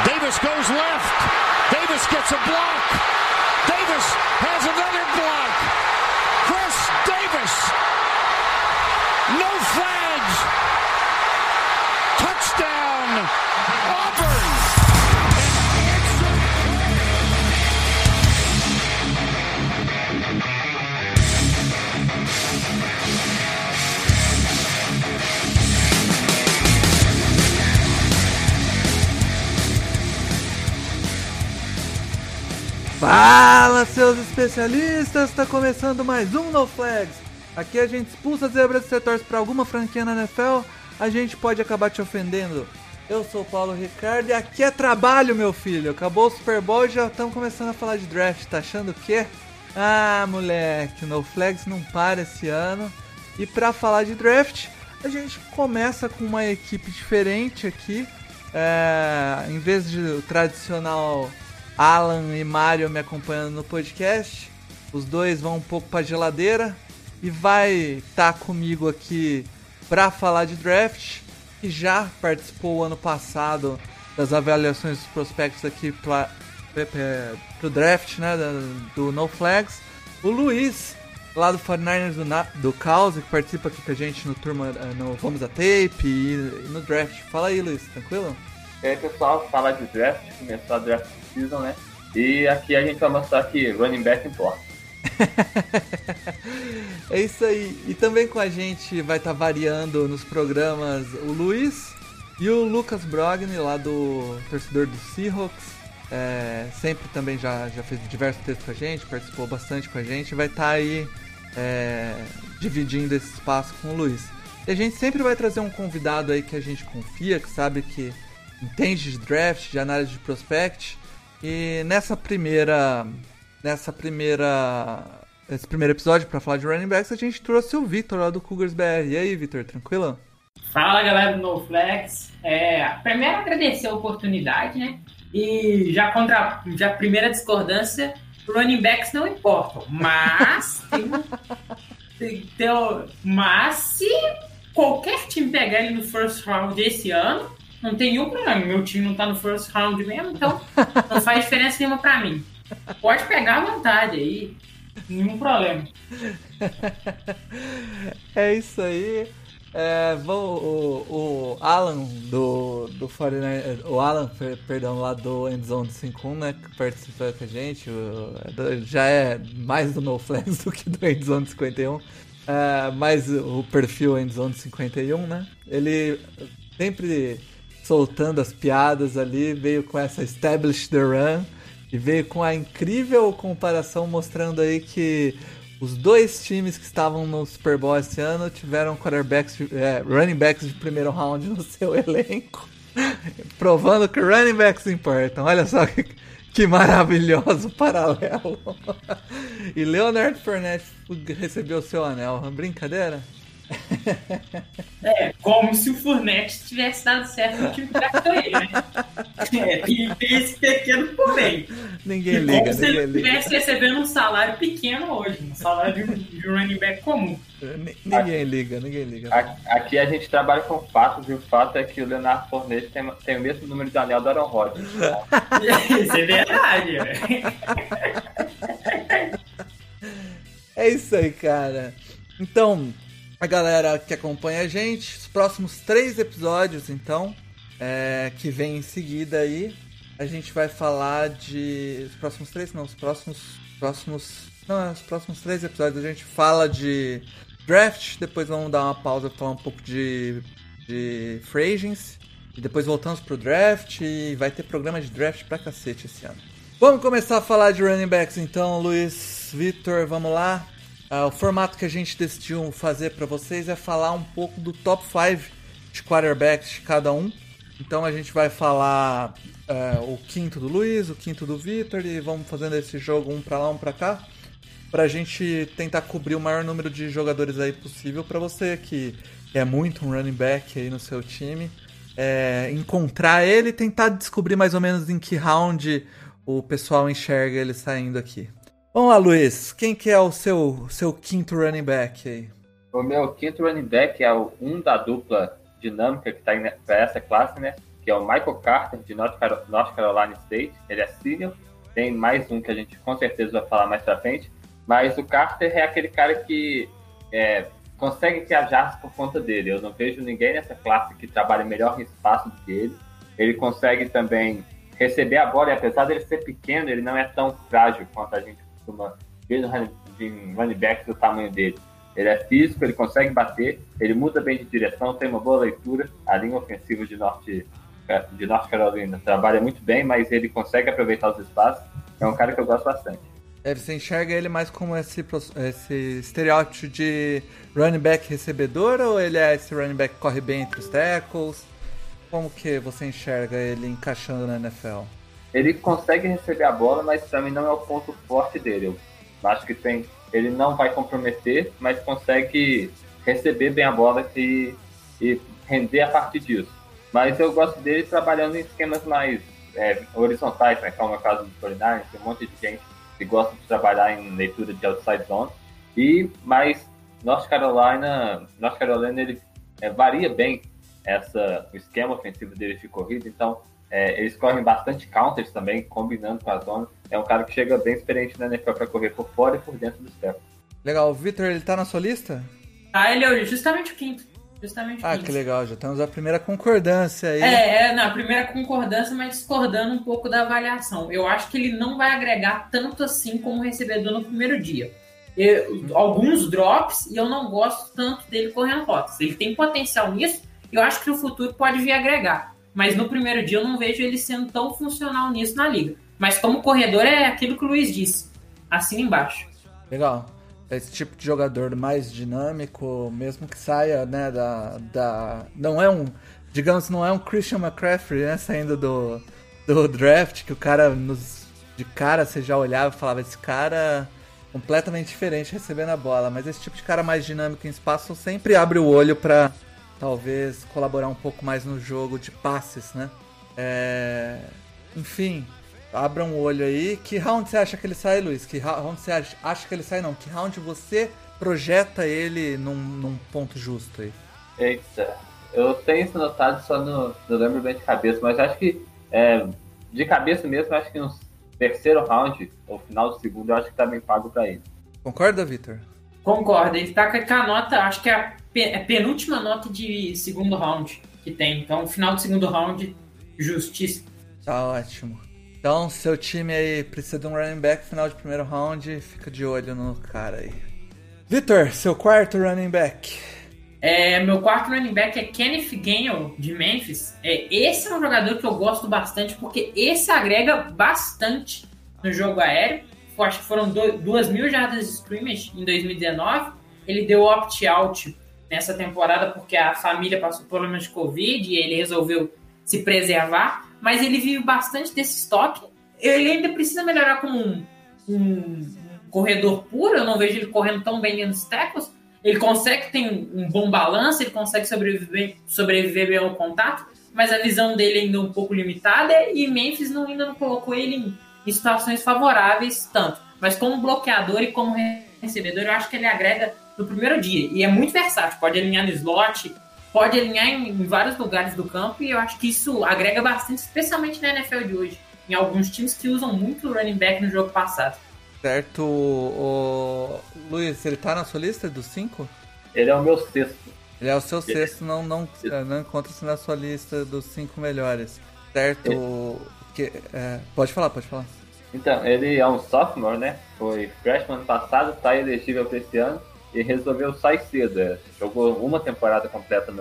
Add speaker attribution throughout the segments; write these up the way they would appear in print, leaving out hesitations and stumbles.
Speaker 1: Davis goes left. Davis gets a block. Davis has another block. Chris Davis. No flags. Touchdown. Auburn.
Speaker 2: Fala, seus especialistas! Tá começando mais um No Flags. Aqui a gente expulsa zebras. Se você torce pra alguma franquia na NFL, a gente pode acabar te ofendendo. Eu sou o Paulo Ricardo e aqui é trabalho, meu filho. Acabou o Super Bowl e já estamos começando a falar de draft. Tá achando o quê? Ah, moleque, No Flags não para esse ano. E pra falar de draft, a gente começa com uma equipe diferente aqui. Em vez de o tradicional Alan e Mário me acompanhando no podcast, os dois vão um pouco pra geladeira e vai estar comigo aqui pra falar de draft, que já participou ano passado das avaliações dos prospectos aqui pro draft, né, do No Flags. O Luiz, lá do 49ers do Caos, que participa aqui com a gente no Vamos a Tape e no draft. Fala aí, Luiz, tranquilo?
Speaker 3: E aí, pessoal, fala de draft, começou a draft season, né? E aqui a gente vai mostrar que running back importa.
Speaker 2: É isso aí. E também com a gente vai estar variando nos programas o Luiz e o Lucas Brogni, lá do torcedor do Seahawks. Sempre também já fez diversos textos com a gente, participou bastante com a gente. Vai estar aí dividindo esse espaço com o Luiz. E a gente sempre vai trazer um convidado aí que a gente confia, que sabe que entende de draft, de análise de prospect. E nesse primeiro episódio para falar de running backs, a gente trouxe o Vitor lá do Cougars BR. E aí, Vitor, tranquilo?
Speaker 4: Fala, galera do No Flags. Primeiro agradecer a oportunidade, né? E já contra a primeira discordância, running backs não importam, mas mas se qualquer time pegar ele no first round desse ano, não tem nenhum problema. Meu time não tá no first round mesmo, então não faz diferença nenhuma pra mim. Pode pegar à vontade aí, nenhum problema.
Speaker 2: É isso aí. O Alan do 49ers, o Alan, perdão, lá do Endzone 51, né, que participa com a gente, já é mais do No Flags do que do Endzone 51, mais o perfil Endzone 51, né, ele sempre soltando as piadas ali, veio com essa Establish the Run e veio com a incrível comparação mostrando aí que os dois times que estavam no Super Bowl esse ano tiveram running backs de primeiro round no seu elenco, provando que running backs importam. Olha só que maravilhoso paralelo. E Leonard Fournette recebeu o seu anel. Brincadeira?
Speaker 4: Como se o Fournette tivesse dado certo no time que draftou ele, né? Tem esse pequeno porém.
Speaker 2: Ninguém liga.
Speaker 4: Como se ele estivesse recebendo um salário pequeno hoje, um salário de running back comum.
Speaker 2: Ninguém liga.
Speaker 3: Aqui a gente trabalha com fatos, e o fato é que o Leonard Fournette tem o mesmo número de anel do Aaron Rodgers.
Speaker 4: Isso é verdade, velho.
Speaker 2: É isso aí, cara. Então, a galera que acompanha a gente, os próximos 3 episódios, então, que vem em seguida aí, a gente vai falar de... Os próximos 3 episódios a gente fala de draft, depois vamos dar uma pausa para falar um pouco de free agency, e depois voltamos pro draft, e vai ter programa de draft pra cacete esse ano. Vamos começar a falar de running backs então, Luiz, Vitor, vamos lá. O formato que a gente decidiu fazer para vocês é falar um pouco do top 5 de quarterbacks de cada um. Então a gente vai falar o quinto do Luiz, o quinto do Vitor, e vamos fazendo esse jogo um para lá, um para cá, pra gente tentar cobrir o maior número de jogadores aí possível para você que é muito um running back aí no seu time, encontrar ele e tentar descobrir mais ou menos em que round o pessoal enxerga ele saindo aqui. Vamos lá, Luiz. Quem que é o seu quinto running back aí?
Speaker 3: O meu quinto running back é o da dupla dinâmica que está para essa classe, né? que é o Michael Carter, de North Carolina State. Ele é senior. Tem mais um que a gente com certeza vai falar mais pra frente. Mas o Carter é aquele cara que consegue criar jardas por conta dele. Eu não vejo ninguém nessa classe que trabalha melhor em espaço do que ele. Ele consegue também receber a bola, e apesar dele ser pequeno, ele não é tão frágil quanto a gente costuma ver em running back do tamanho dele. Ele é físico, ele consegue bater, ele muda bem de direção, tem uma boa leitura. A linha ofensiva de North Carolina trabalha muito bem, mas ele consegue aproveitar os espaços. É um cara que eu gosto bastante.
Speaker 2: Você enxerga ele mais como esse estereótipo de running back recebedor, ou ele é esse running back que corre bem entre os tackles? Como que você enxerga ele encaixando na NFL?
Speaker 3: Ele consegue receber a bola, mas para mim não é o ponto forte dele. Eu acho que ele não vai comprometer, mas consegue receber bem a bola e render a partir disso. Mas eu gosto dele trabalhando em esquemas mais horizontais, né? Como é o caso do 49ers, tem um monte de gente que gosta de trabalhar em leitura de outside zone. Mas North Carolina ele varia bem o esquema ofensivo dele de corrida, então eles correm bastante counters também, combinando com a zona. É um cara que chega bem experiente na NFL para correr por fora e por dentro dos tackles.
Speaker 2: Legal, o Victor, ele tá na sua lista?
Speaker 4: Ele é justamente o quinto.
Speaker 2: Que legal, já temos a primeira concordância aí.
Speaker 4: A primeira concordância, mas discordando um pouco da avaliação. Eu acho que ele não vai agregar tanto assim como recebedor no primeiro dia. Alguns drops, e eu não gosto tanto dele correndo rotas. Ele tem potencial nisso, e eu acho que no futuro pode vir agregar. Mas no primeiro dia eu não vejo ele sendo tão funcional nisso na liga. Mas como corredor é aquilo que o Luiz disse. Assina embaixo.
Speaker 2: Legal. Esse tipo de jogador mais dinâmico, mesmo que saia, né, não é um Christian McCaffrey, né, saindo do draft, que o cara, de cara, você já olhava e falava, esse cara completamente diferente recebendo a bola, mas esse tipo de cara mais dinâmico em espaço sempre abre o olho pra, talvez, colaborar um pouco mais no jogo de passes, né. Enfim... Abra um olho aí. Que round você acha que ele sai, Luiz? Que round você acha que ele sai, não? Que round você projeta ele num ponto justo aí?
Speaker 3: Eita, eu tenho isso notado, só não lembro bem de cabeça, mas acho que de cabeça mesmo, acho que no terceiro round, ou final do segundo, eu acho que tá bem pago pra ele.
Speaker 2: Concorda, Victor?
Speaker 4: Concordo, ele tá com a nota, acho que é a penúltima nota de segundo round que tem. Então, final do segundo round, justiça.
Speaker 2: Tá ótimo. Então, seu time aí precisa de um running back final de primeiro round, fica de olho no cara aí. Victor, seu quarto running back.
Speaker 4: Meu quarto running back é Kenneth Gainwell, de Memphis. Esse é um jogador que eu gosto bastante, porque esse agrega bastante no jogo aéreo. Eu acho que foram 2.000 jardas de scrimmage em 2019. Ele deu opt-out nessa temporada porque a família passou por problemas de Covid e ele resolveu se preservar. Mas ele vive bastante desse estoque. Ele ainda precisa melhorar como um corredor puro. Eu não vejo ele correndo tão bem dentro dos tackles. Ele consegue ter um bom balanço, ele consegue sobreviver bem ao contato, mas a visão dele ainda é um pouco limitada e Memphis ainda não colocou ele em situações favoráveis tanto. Mas como bloqueador e como recebedor, eu acho que ele agrega no primeiro dia. E é muito versátil, pode alinhar no slot, pode alinhar em vários lugares do campo, e eu acho que isso agrega bastante, especialmente na NFL de hoje, em alguns times que usam muito o running back no jogo passado.
Speaker 2: Certo. Luiz, ele tá na sua lista dos 5?
Speaker 3: Ele é o meu sexto.
Speaker 2: Ele é o seu sexto, não encontra-se na sua lista dos 5 melhores. Certo. Pode falar.
Speaker 3: Então, ele é um sophomore, né? Foi freshman ano passado, tá elegível para esse ano. E resolveu sair cedo. Jogou uma temporada completa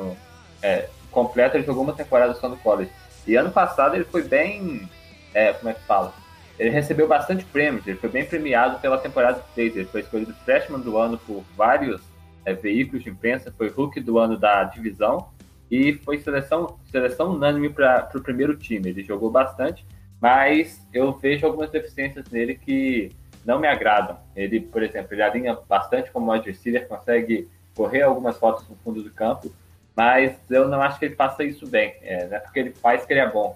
Speaker 3: ele jogou uma temporada só no college. E ano passado ele foi bem... como é que fala? Ele recebeu bastante prêmios, ele foi bem premiado pela temporada que fez. Ele foi escolhido freshman do ano por vários veículos de imprensa, foi rookie do ano da divisão e foi seleção unânime para o primeiro time. Ele jogou bastante, mas eu vejo algumas deficiências nele que não me agradam. Ele, por exemplo, ele alinha bastante como wide receiver, consegue correr algumas rotas no fundo do campo, mas eu não acho que ele faça isso bem. Não é porque ele faz que ele é bom.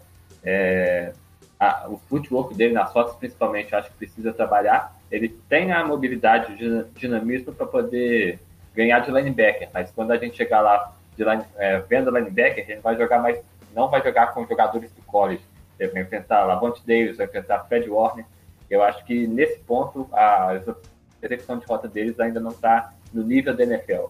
Speaker 3: O footwork dele nas rotas, principalmente, eu acho que precisa trabalhar. Ele tem a mobilidade, o dinamismo para poder ganhar de linebacker, mas quando a gente chegar lá vendo linebacker, ele vai jogar mais não vai jogar com jogadores do college. Ele vai enfrentar Lavonte Davis, vai enfrentar Fred Warner. Eu acho que nesse ponto a execução de rota deles ainda não está no nível da NFL.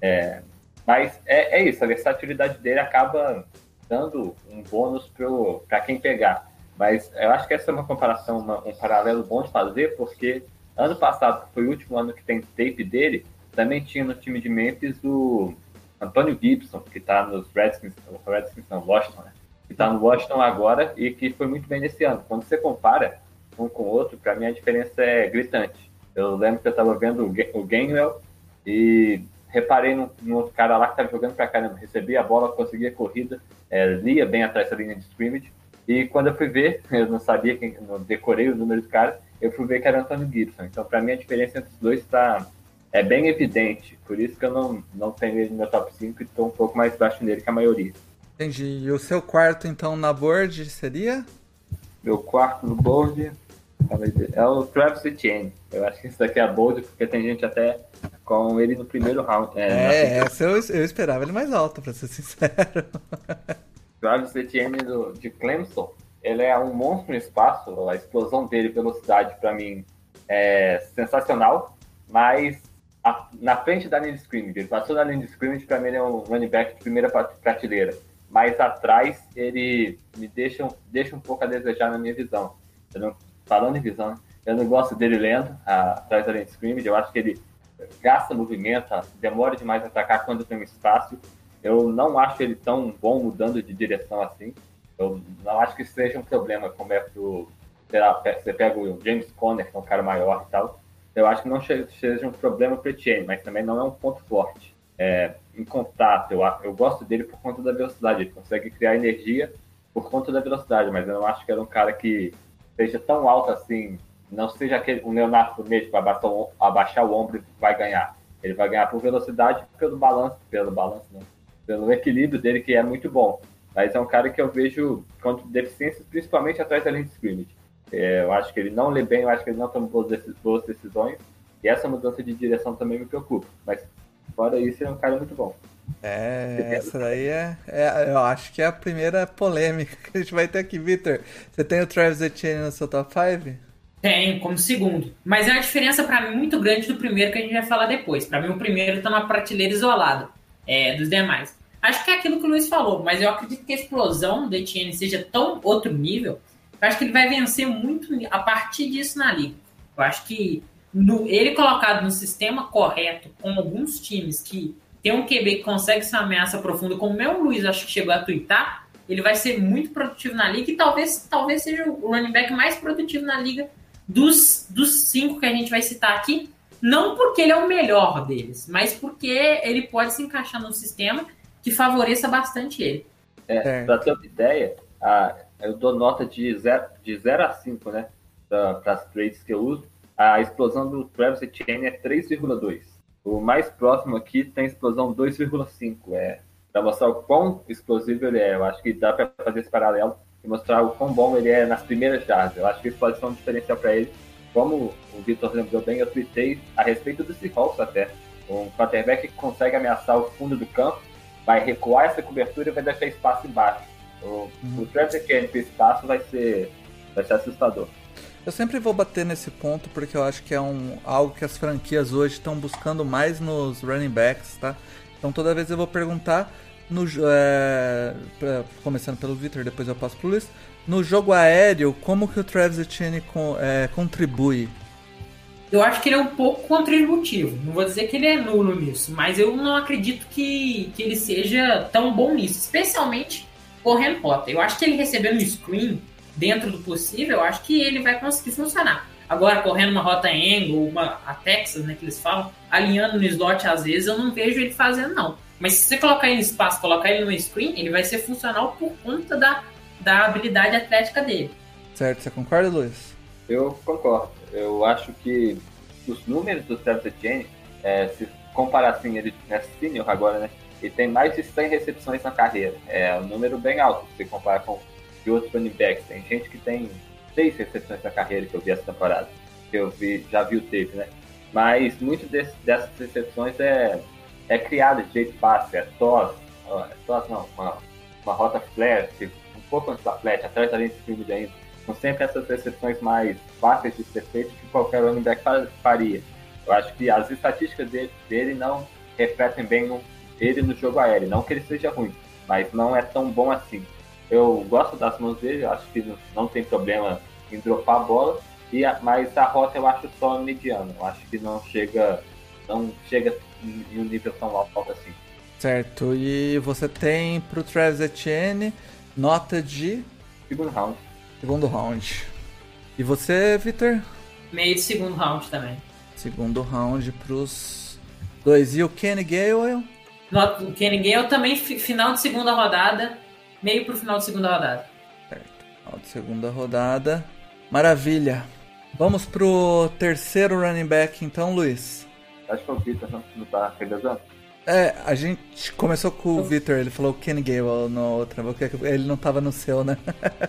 Speaker 3: Mas é isso, a versatilidade dele acaba dando um bônus para quem pegar. Mas eu acho que essa é uma comparação, um paralelo bom de fazer, porque ano passado, que foi o último ano que tem tape dele, também tinha no time de Memphis o Antônio Gibson, que está nos Washington, né? Que está no Washington agora e que foi muito bem nesse ano. Quando você compara um com o outro, para mim a diferença é gritante. Eu lembro que eu estava vendo o Gainwell e reparei no outro cara lá que estava jogando pra caramba, recebia a bola, conseguia corrida, lia bem atrás da linha de scrimmage, e quando eu fui ver, eu não sabia, não decorei o número do cara, eu fui ver que era Antônio Gibson. Então, para mim, a diferença entre os dois é bem evidente, por isso que eu não tenho ele no meu top 5 e estou um pouco mais baixo nele que a maioria.
Speaker 2: Entendi. E o seu quarto, então, na board seria?
Speaker 3: Meu quarto no board é o Travis Etienne. Eu acho que isso daqui é a bold, porque tem gente até com ele no primeiro round.
Speaker 2: Essa eu esperava ele mais alto, pra ser sincero.
Speaker 3: Travis Etienne de Clemson, ele é um monstro no espaço, a explosão dele, velocidade, pra mim, é sensacional, mas na frente da linha de scrimmage, ele passou na linha de scrimmage, pra mim ele é um running back de primeira prateleira, mas atrás ele me deixa um pouco a desejar na minha visão. Falando em visão, né? Eu não gosto dele lento atrás da linha de scrimmage, eu acho que ele gasta movimento, demora demais a atacar quando tem um espaço. Eu não acho ele tão bom mudando de direção assim. Eu não acho que seja um problema, como você pega o James Conner, que é um cara maior e tal. Eu acho que não seja um problema para o Etienne, mas também não é um ponto forte. Em contato, eu gosto dele por conta da velocidade. Ele consegue criar energia por conta da velocidade, mas eu não acho que ele é um cara que seja tão alto assim, não seja um Leonardo Fournette para abaixar o ombro e vai ganhar. Ele vai ganhar por velocidade e pelo equilíbrio dele, que é muito bom. Mas é um cara que eu vejo com deficiências, principalmente atrás da linha de scrimmage. Eu acho que ele não lê bem, eu acho que ele não toma boas decisões, e essa mudança de direção também me preocupa. Mas fora isso, ele é um cara muito bom.
Speaker 2: Essa daí eu acho que é a primeira polêmica que a gente vai ter aqui. Victor, você tem o Travis Etienne no seu top 5?
Speaker 4: Tenho, como segundo. Mas é uma diferença pra mim muito grande do primeiro que a gente vai falar depois. Pra mim o primeiro tá numa prateleira isolada dos demais. Acho que é aquilo que o Luiz falou, mas eu acredito que a explosão do Etienne seja tão outro nível, eu acho que ele vai vencer muito a partir disso na liga. Eu acho que ele colocado no sistema correto, com alguns times que tem um QB que consegue ser uma ameaça profunda, como o meu Luiz acho que chegou a twittar, ele vai ser muito produtivo na liga e talvez seja o running back mais produtivo na liga dos 5 que a gente vai citar aqui, não porque ele é o melhor deles, mas porque ele pode se encaixar num sistema que favoreça bastante ele.
Speaker 3: Para ter uma ideia, eu dou nota de 0 a 5, né? Para as trades que eu uso. A explosão do Travis Etienne é 3,2. O mais próximo aqui tem explosão 2,5. Para mostrar o quão explosivo ele é. Eu acho que dá para fazer esse paralelo e mostrar o quão bom ele é nas primeiras jardas. Eu acho que isso pode ser um diferencial para ele. Como o Vitor lembrou bem, eu tuitei a respeito do Seahawks até. Um quarterback que consegue ameaçar o fundo do campo, vai recuar essa cobertura e vai deixar espaço embaixo. O Travis Etienne com espaço vai ser assustador.
Speaker 2: Eu sempre vou bater nesse ponto porque eu acho que é algo que as franquias hoje estão buscando mais nos running backs, tá? Então toda vez eu vou perguntar, começando pelo Victor, depois eu passo pro Luiz, no jogo aéreo, como que o Travis Etienne contribui?
Speaker 4: Eu acho que ele é um pouco contributivo. Não vou dizer que ele é nulo nisso, mas eu não acredito que ele seja tão bom nisso, especialmente correndo rota. Eu acho que ele recebendo screen dentro do possível, eu acho que ele vai conseguir funcionar. Agora, correndo uma rota angle, a Texas, né, que eles falam, alinhando no slot, às vezes, eu não vejo ele fazendo, não. Mas se você colocar ele no espaço, colocar ele no screen, ele vai ser funcional por conta da habilidade atlética dele.
Speaker 2: Certo, você concorda, Luiz?
Speaker 3: Eu concordo. Eu acho que os números do Travis Etienne, se comparar assim, ele é senior agora, né? Ele tem mais de 100 recepções na carreira. É um número bem alto, se comparar com de outros running backs. Tem gente que tem 6 recepções na carreira que eu vi essa temporada. Que eu já vi o tape, né? Mas muitas dessas recepções é criada de jeito fácil, uma rota flash, um pouco antes da flash, atrás da linha de scrimmage ainda. São sempre essas recepções mais fáceis de ser feitas que qualquer running back faria. Eu acho que as estatísticas dele não refletem bem ele no jogo aéreo. Não que ele seja ruim, mas não é tão bom assim. Eu gosto das mãos dele, eu acho que não tem problema em dropar a bola, mas a rota eu acho só mediana. Eu acho que não chega em um nível tão alto assim.
Speaker 2: Certo, e você tem pro Travis Etienne nota de... Segundo round. E você, Vitor?
Speaker 4: Meio de segundo round também.
Speaker 2: Segundo round pros dois. E o Kenny Gainwell?
Speaker 4: O Kenny Gainwell também final de segunda rodada. Meio pro final de segunda rodada.
Speaker 2: Certo, final de segunda rodada. Maravilha. Vamos pro terceiro running back então, Luiz.
Speaker 3: Acho que o Vitor não tá revezando.
Speaker 2: A gente começou com o Vitor, ele falou o Kenny Gainwell na outra, ele não tava no seu, né?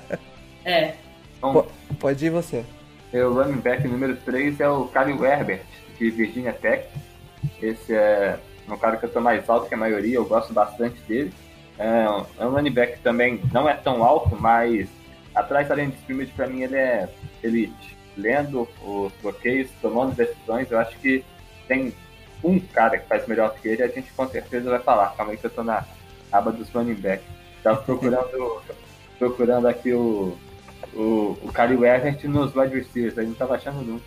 Speaker 2: Pode ir você.
Speaker 3: O running back número 3 é o Khalil Herbert, de Virginia Tech. Esse é um cara que eu tô mais alto que a maioria, eu gosto bastante dele. É um running back que também não é tão alto, mas atrás da linha de scrimmage, pra mim, ele é elite. Lendo os bloqueios, tomando decisões, eu acho que tem um cara que faz melhor que ele, a gente com certeza vai falar. Calma aí que eu tô na aba dos running backs. Tava procurando aqui o Khalil Herbert nos wide receivers, aí não tava achando nunca.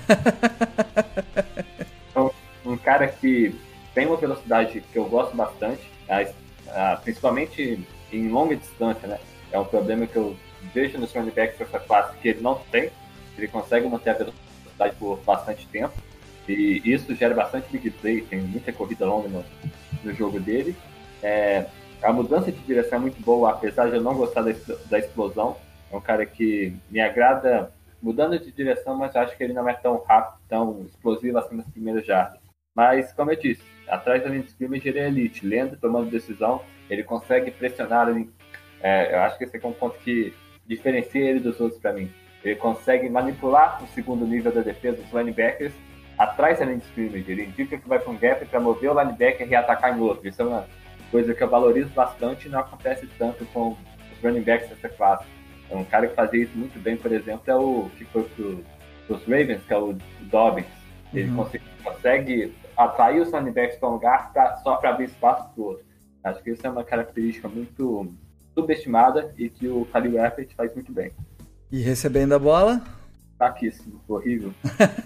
Speaker 3: Então, um cara que tem uma velocidade que eu gosto bastante, principalmente em longa distância, né? É um problema que eu vejo nos running backs dessa classe que ele não tem. Ele consegue manter a velocidade por bastante tempo. E isso gera bastante big play, tem muita corrida longa no jogo dele. A mudança de direção é muito boa, apesar de eu não gostar da explosão. É um cara que me agrada mudando de direção, mas eu acho que ele não é tão rápido, tão explosivo assim nas primeiras jardas. Mas, como eu disse, atrás da linha de scrimmage ele é elite, lento, tomando decisão, ele consegue pressionar. Eu acho que esse aqui é um ponto que diferencia ele dos outros para mim. Ele consegue manipular o segundo nível da defesa dos linebackers atrás da linha de scrimmage. Ele indica que vai para um gap para mover o linebacker e atacar em outro. Isso é uma coisa que eu valorizo bastante e não acontece tanto com os running backs dessa classe. Um cara que fazia isso muito bem, por exemplo, é o que foi para os Ravens, que é o Dobbins. Ele consegue atrair os running backs para um lugar só para abrir espaço para o outro. Acho que isso é uma característica muito subestimada e que o Khalil Herbert faz muito bem.
Speaker 2: E recebendo a bola?
Speaker 3: Fraquíssimo, horrível.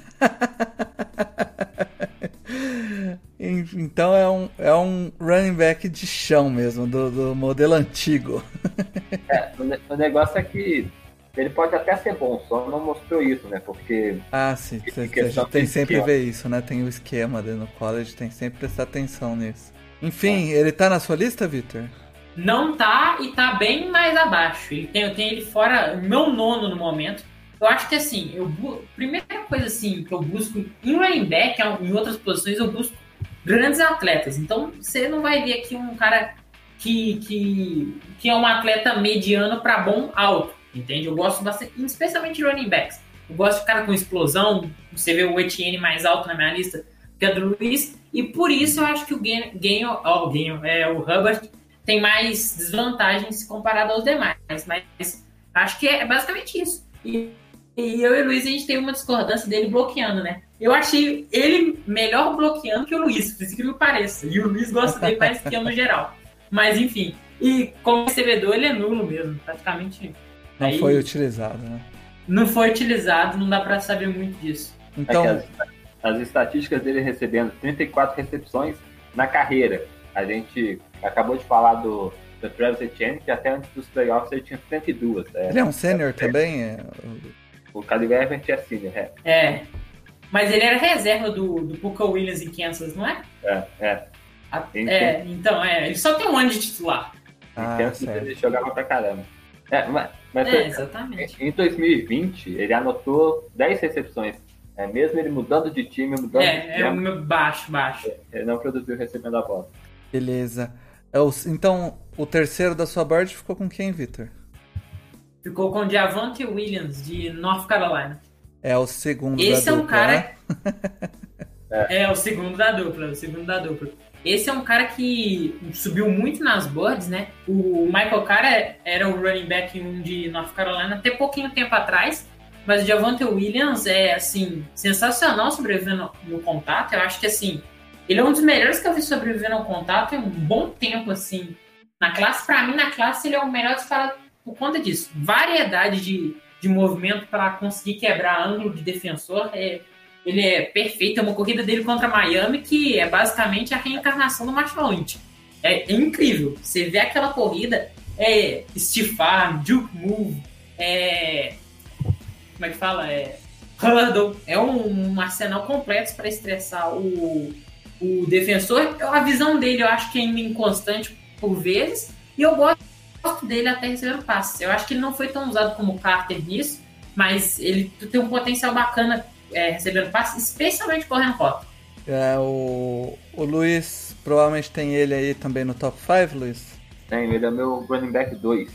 Speaker 2: Então é um running back de chão mesmo, do modelo antigo.
Speaker 3: O negócio é que ele pode até ser bom, só não mostrou isso, né? Porque...
Speaker 2: sim, a gente tem sempre ver isso, né? Tem o esquema dentro do college, tem sempre prestar atenção nisso. Enfim, ele tá na sua lista, Vitor?
Speaker 4: Não tá, e tá bem mais abaixo. Eu tenho ele fora, meu nono no momento. Eu acho que assim, primeira coisa assim que eu busco em running back, em outras posições, eu busco grandes atletas. Então você não vai ver aqui um cara que é um atleta mediano para bom alto, entende? Eu gosto bastante, especialmente de running backs. Eu gosto de cara com explosão. Você vê o Etienne mais alto na minha lista que é do Luiz, e por isso eu acho que o Hubbard tem mais desvantagens comparado aos demais, mas acho que é basicamente isso. E eu e o Luiz, a gente tem uma discordância dele bloqueando, né? Eu achei ele melhor bloqueando que o Luiz, por incrível que pareça. E o Luiz gosta dele mais que eu no geral. Mas enfim, e como recebedor ele é nulo mesmo, praticamente.
Speaker 2: Não foi utilizado, né?
Speaker 4: Não foi utilizado, não dá pra saber muito disso.
Speaker 2: Então,
Speaker 3: as estatísticas dele recebendo 34 recepções na carreira. A gente acabou de falar do Travis Etienne, que até antes dos playoffs ele tinha 102.
Speaker 2: Ele é um sênior também?
Speaker 3: O Khalil Herbert é sênior,
Speaker 4: Mas ele era reserva do Puka Williams em Kansas, não é? Então, ele só tem um ano de titular.
Speaker 3: Em Kansas ele jogava pra caramba.
Speaker 4: Exatamente.
Speaker 3: Em 2020, ele anotou 10 recepções. Mesmo ele mudando de time,
Speaker 4: baixo.
Speaker 3: Ele não produziu recebendo a bola.
Speaker 2: Beleza. Então, o terceiro da sua board ficou com quem, Vitor?
Speaker 4: Ficou com o Javonte Williams, de North Carolina.
Speaker 2: É o segundo
Speaker 4: Esse
Speaker 2: da dupla.
Speaker 4: Esse é um cara...
Speaker 2: Né?
Speaker 4: o segundo da dupla. esse é um cara que subiu muito nas boards, né? O Michael Carter era o running back 1 de North Carolina até pouquinho tempo atrás, mas o Javonte Williams é, assim, sensacional sobrevivendo no contato. Eu acho que, assim, ele é um dos melhores que eu vi sobrevivendo ao contato em um bom tempo, assim, na classe. Para mim, na classe, ele é o melhor disparado por conta disso. Variedade de movimento para conseguir quebrar ângulo de defensor. Ele é perfeito. É uma corrida dele contra Miami que é basicamente a reencarnação do Marshall Lynch. É incrível. Você vê aquela corrida, stiff arm, juke move, como é que fala? Hurdle. É um arsenal completo para estressar o defensor. A visão dele eu acho que é ainda inconstante por vezes, e eu gosto dele até recebendo passes. Eu acho que ele não foi tão usado como o Carter nisso, mas ele tem um potencial bacana recebendo passes, especialmente correndo rota.
Speaker 2: O Luiz provavelmente tem ele aí também no top 5, Luiz?
Speaker 3: Tem, ele é meu running back 2.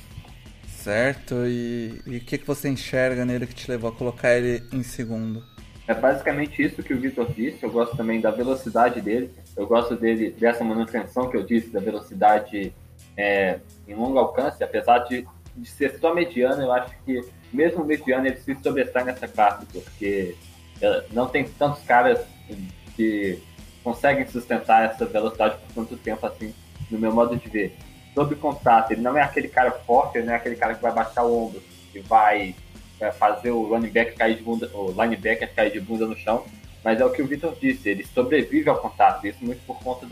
Speaker 2: Certo, e o que você enxerga nele que te levou a colocar ele em segundo?
Speaker 3: É basicamente isso que o Vitor disse. Eu gosto também da velocidade dele. Eu gosto dessa manutenção que eu disse, da velocidade em longo alcance. Apesar de ser só mediano, eu acho que mesmo mediano ele se sobressai nessa classe, porque não tem tantos caras que conseguem sustentar essa velocidade por tanto tempo assim, no meu modo de ver. Sobre contato, ele não é aquele cara forte, ele não é aquele cara que vai baixar o ombro e vai fazer o running back cair de bunda, o linebacker cair de bunda no chão, mas é o que o Vitor disse, ele sobrevive ao contato, isso muito por conta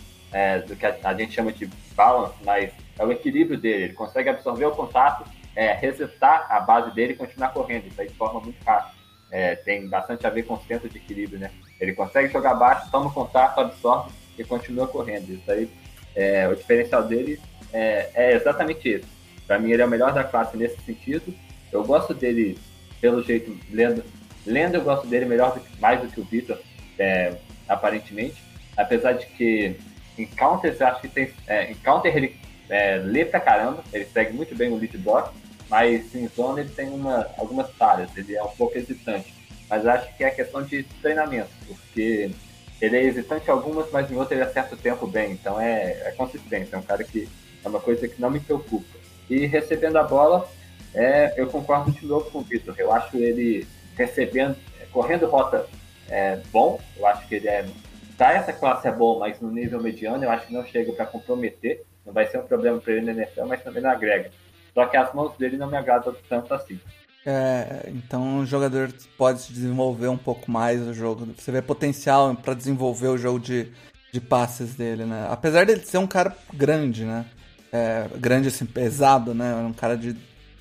Speaker 3: do que a gente chama de balance, mas é o equilíbrio dele, ele consegue absorver o contato, resetar a base dele e continuar correndo, isso aí de forma muito fácil. Tem bastante a ver com o centro de equilíbrio, né? Ele consegue jogar baixo, toma o contato, absorve e continua correndo. Isso aí, o diferencial dele é exatamente isso. Para mim, ele é o melhor da classe nesse sentido. Eu gosto dele, pelo jeito, lendo eu gosto dele mais do que o Vitor, aparentemente. Apesar de que em counters, eu acho que tem... em counter, ele lê pra caramba, ele segue muito bem o lead block, mas em zona ele tem algumas falhas, ele é um pouco hesitante. Mas acho que é questão de treinamento, porque ele é hesitante em algumas, mas em outras ele acerta o tempo bem. Então é consistência, é um cara que é uma coisa que não me preocupa. E recebendo a bola, eu concordo de novo com o Vitor. Eu acho ele correndo rota bom. Eu acho que ele essa classe é bom, mas no nível mediano eu acho que não chega para comprometer. Não vai ser um problema para ele na NFL, mas também não agrega. Só que as mãos dele não me agradam tanto assim.
Speaker 2: Então o jogador pode se desenvolver um pouco mais o jogo. Você vê potencial para desenvolver o jogo de passes dele, né? Apesar dele ser um cara grande, né? Grande assim, pesado, né? Um cara de...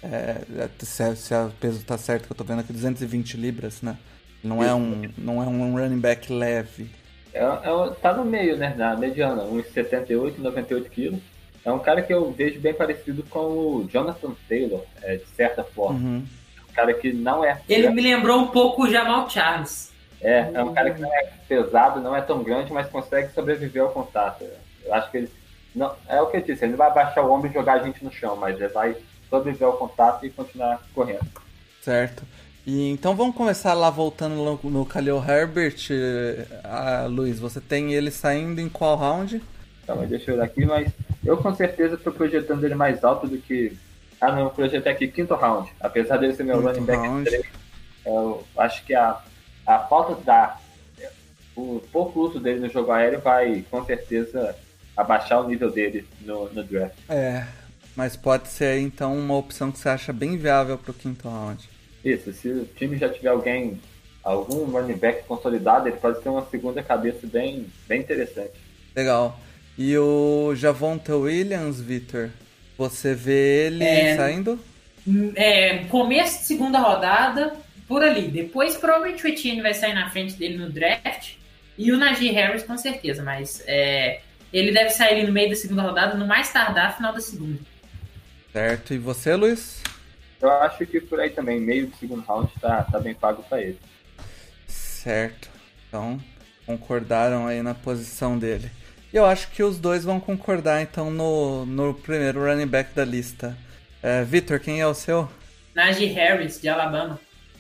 Speaker 2: se o peso tá certo, que eu tô vendo aqui, 220 libras, né? Não é um running back leve.
Speaker 3: Tá no meio, né? Na mediana, uns 78, 98 quilos. É um cara que eu vejo bem parecido com o Jonathan Taylor, de certa forma.
Speaker 2: Uhum.
Speaker 3: Um cara que não é...
Speaker 4: Ele me lembrou um pouco o Jamal Charles.
Speaker 3: É um cara que não é pesado, não é tão grande, mas consegue sobreviver ao contato. Eu acho que ele... Não, é o que eu disse, ele não vai baixar o ombro e jogar a gente no chão, mas ele vai sobreviver ao contato e continuar correndo.
Speaker 2: Certo. E então vamos começar lá voltando no Khalil Herbert. Luiz, você tem ele saindo em qual round?
Speaker 3: Então, deixa eu olhar aqui, mas eu com certeza estou projetando ele mais alto do que... não, eu projetei aqui quinto round. Apesar dele ser meu running back 3, eu acho que a falta o pouco uso dele no jogo aéreo vai com certeza abaixar o nível dele no draft.
Speaker 2: Mas pode ser aí então uma opção que você acha bem viável para o quinto round.
Speaker 3: Isso, se o time já tiver algum running back consolidado, ele pode ser uma segunda cabeça bem, bem interessante.
Speaker 2: Legal. E o Javonte Williams, Vitor, você vê ele saindo?
Speaker 4: Começo de segunda rodada, por ali. Depois provavelmente o Etienne vai sair na frente dele no draft. E o Najee Harris com certeza, mas ele deve sair ali no meio da segunda rodada, no mais tardar, final da segunda.
Speaker 2: Certo. E você, Luiz?
Speaker 3: Eu acho que por aí também, meio do segundo round tá bem pago para ele.
Speaker 2: Certo. Então, concordaram aí na posição dele. E eu acho que os dois vão concordar, então, no primeiro running back da lista. Vitor, quem é o seu?
Speaker 4: Najee Harris, de Alabama.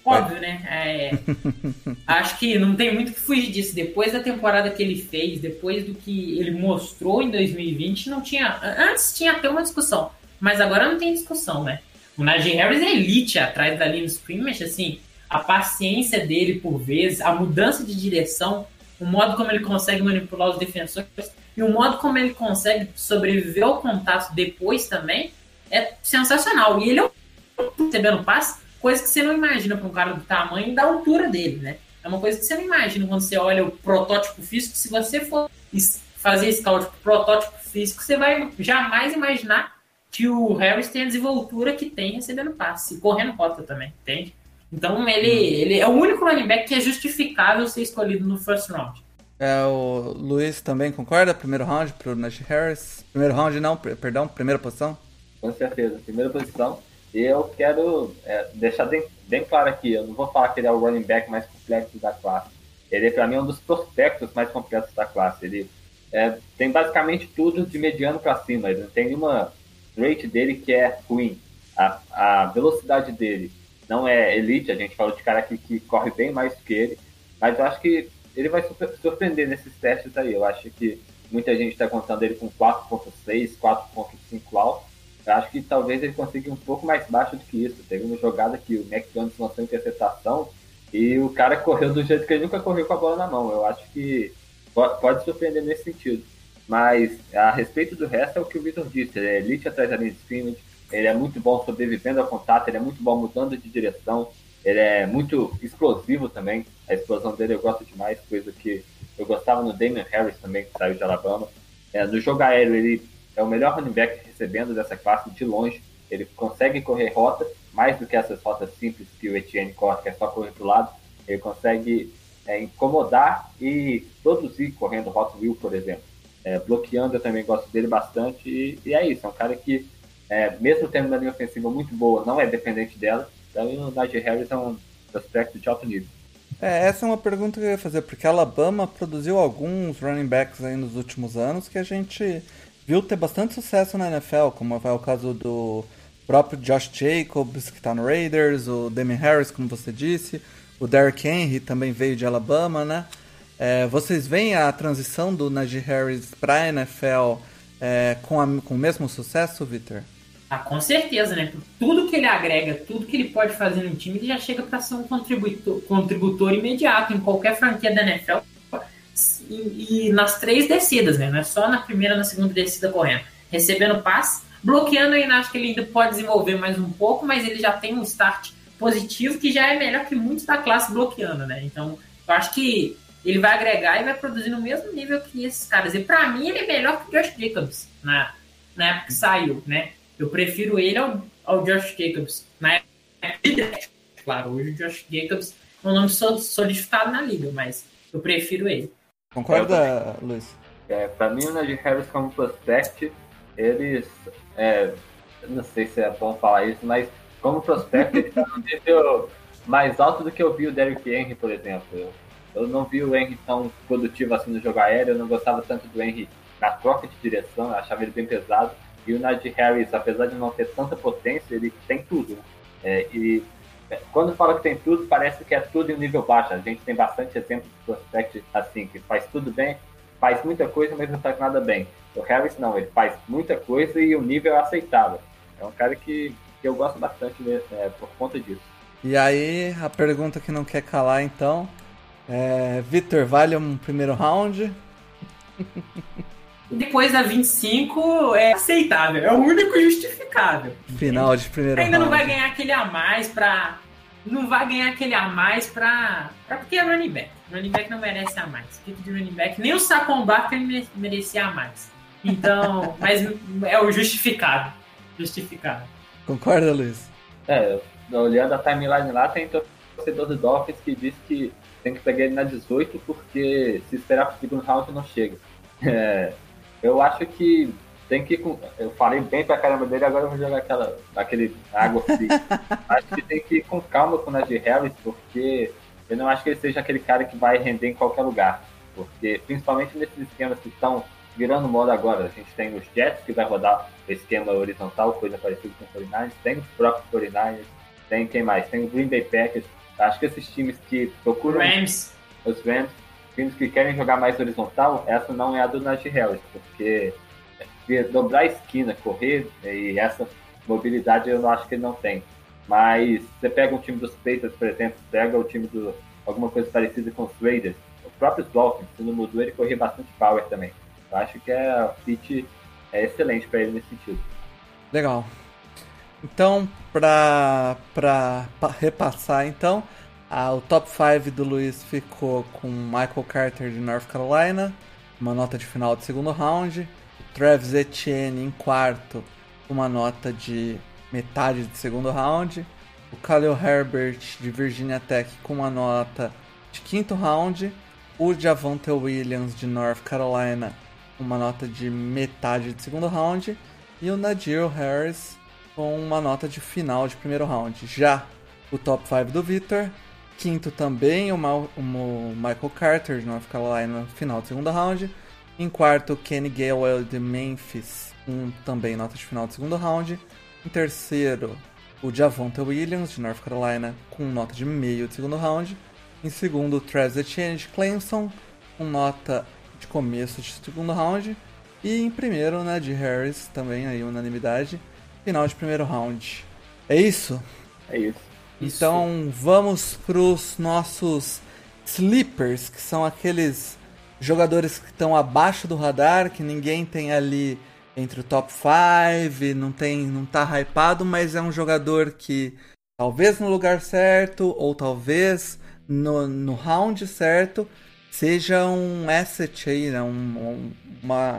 Speaker 4: Óbvio, né? Acho que não tem muito que fugir disso. Depois da temporada que ele fez, depois do que ele mostrou em 2020, não tinha... Antes tinha até uma discussão, mas agora não tem discussão, né? O Najee Harris é elite atrás da linha do scrimmage, assim, a paciência dele por vezes, a mudança de direção, o modo como ele consegue manipular os defensores e o modo como ele consegue sobreviver ao contato depois também é sensacional. E ele é recebendo passe, coisa que você não imagina para um cara do tamanho e da altura dele, né? É uma coisa que você não imagina quando você olha o protótipo físico. Se você for fazer scout pro protótipo físico, você vai jamais imaginar que o Harris tem a desenvoltura que tem recebendo passe e correndo rota também, entende? Então ele é o único running back que é justificável ser escolhido no first round.
Speaker 2: O Luiz também concorda? Primeiro round pro Najee Harris? Primeiro round não, perdão, primeira posição?
Speaker 3: Com certeza, primeira posição. E eu quero deixar bem claro aqui, eu não vou falar que ele é o running back mais complexo da classe. Ele, para mim, é um dos prospectos mais completos da classe. Ele tem basicamente tudo de mediano para cima. Ele não tem nenhuma rate dele que é ruim. A velocidade dele não é elite, a gente falou de cara aqui que corre bem mais que ele, mas eu acho que ele vai surpreender nesses testes aí. Eu acho que muita gente está contando ele com 4.6, 4.5 alto. Eu acho que talvez ele consiga ir um pouco mais baixo do que isso. Teve uma jogada que o Mac Jones lançou interceptação e o cara correu do jeito que ele nunca correu com a bola na mão. Eu acho que pode surpreender nesse sentido. Mas a respeito do resto é o que o Vitor disse. Ele é elite atrás da linha de scrimmage, ele é muito bom sobrevivendo ao contato, ele é muito bom mudando de direção, ele é muito explosivo também. A explosão dele eu gosto demais, coisa que eu gostava no Damian Harris também, que saiu de Alabama. No jogo aéreo ele é o melhor running back recebendo dessa classe de longe. Ele consegue correr rota, mais do que essas rotas simples que o Etienne corre, que é só correr para o lado. Ele consegue incomodar e produzir correndo rota wheel, por exemplo. Bloqueando, eu também gosto dele bastante. E é isso, é um cara que, mesmo tendo uma linha ofensiva muito boa, não é dependente dela. Então o Najee Harris é um prospecto de alto nível.
Speaker 2: Essa é uma pergunta que eu ia fazer, porque a Alabama produziu alguns running backs aí nos últimos anos que a gente viu ter bastante sucesso na NFL, como é o caso do próprio Josh Jacobs, que está no Raiders, o Damian Harris, como você disse, o Derrick Henry também veio de Alabama, né? Vocês veem a transição do Najee Harris para a NFL com o mesmo sucesso, Victor?
Speaker 4: Com certeza, né? Tudo que ele agrega, tudo que ele pode fazer no time, ele já chega para ser um contributor imediato em qualquer franquia da NFL. E nas 3 descidas, né? Não é só na primeira, na segunda descida correndo. Recebendo passe, bloqueando, ainda acho que ele ainda pode desenvolver mais um pouco, mas ele já tem um start positivo que já é melhor que muitos da classe bloqueando, né? Então, eu acho que ele vai agregar e vai produzir no mesmo nível que esses caras. E pra mim, ele é melhor que o Josh Jacobs na época que saiu, né? Eu prefiro ele ao Josh Jacobs na época de draft. Claro, hoje o Josh Jacobs é um nome solidificado na liga, mas eu prefiro ele.
Speaker 2: Concorda, Luiz?
Speaker 3: Para mim, o Najee Harris como prospect, eles... não sei se é bom falar isso, mas como prospect, ele está no nível mais alto do que eu vi o Derrick Henry, por exemplo. Eu não vi o Henry tão produtivo assim no jogo aéreo, eu não gostava tanto do Henry na troca de direção, eu achava ele bem pesado. E o Najee Harris, apesar de não ter tanta potência, ele tem tudo. Quando fala que tem tudo, parece que é tudo em um nível baixo. A gente tem bastante exemplo de prospect assim, que faz tudo bem, faz muita coisa, mas não faz nada bem. O Harris não, ele faz muita coisa e o nível é aceitável. É um cara que eu gosto bastante por conta disso.
Speaker 2: E aí, a pergunta que não quer calar, então, Victor, vale um primeiro round?
Speaker 4: Depois da 25 é aceitável, é o único justificável.
Speaker 2: Final de primeiro
Speaker 4: ainda
Speaker 2: round.
Speaker 4: Não vai ganhar aquele a mais pra... Não vai ganhar aquele a mais pra porque é running back. Running back não merece a mais. Pick de running back, nem o Saquon Barkley merecia a mais. Então, mas é o justificado. Justificado.
Speaker 2: Concorda, Luiz?
Speaker 3: Olhando a timeline lá, tem torcedor do Dolphins que diz que tem que pegar ele na 18 porque se esperar pro segundo round não chega. Eu acho que tem que... Eu falei bem pra caramba dele, agora eu vou jogar aquele água fria. Acho que tem que ir com calma com o Najee Harris, porque eu não acho que ele seja aquele cara que vai render em qualquer lugar. Porque, principalmente nesses esquemas que estão virando moda agora. A gente tem os Jets, que vai rodar o esquema horizontal, coisa parecida com o 49ers. Tem os próprios 49ers. Tem quem mais? Tem o Green Bay Packers. Acho que esses times que procuram... Os Rams, times que querem jogar mais horizontal, essa não é a do Najee Harris, porque dobrar a esquina, correr, e essa mobilidade eu não acho que ele não tem. Mas você pega um time dos Patriots, por exemplo, pega o time do alguma coisa parecida com os Raiders, os próprios Dolphins, se não mudou, ele corria bastante power também. Eu acho que o fit é excelente para ele nesse sentido.
Speaker 2: Legal. Então, para repassar, então, o top 5 do Luiz ficou com Michael Carter de North Carolina, uma nota de final de segundo round. Travis Etienne em quarto, uma nota de metade de segundo round. O Khalil Herbert de Virginia Tech com uma nota de quinto round. O Javonte Williams de North Carolina com uma nota de metade de segundo round. E o Najee Harris com uma nota de final de primeiro round. Já o top 5 do Victor, quinto também o Michael Carter de North Carolina no final de segundo round. Em quarto, o Kenny Gainwell de Memphis, também nota de final de segundo round. Em terceiro, o Javonte Williams de North Carolina com nota de meio de segundo round. Em segundo, o Travis Etienne de Clemson com nota de começo de segundo round. E em primeiro, né, de Harris, também aí unanimidade, final de primeiro round. É isso?
Speaker 3: É isso.
Speaker 2: Então vamos para os nossos sleepers, que são aqueles jogadores que estão abaixo do radar, que ninguém tem ali entre o top 5, não tá hypado, mas é um jogador que talvez no lugar certo, ou talvez no round certo, seja um asset aí, né? uma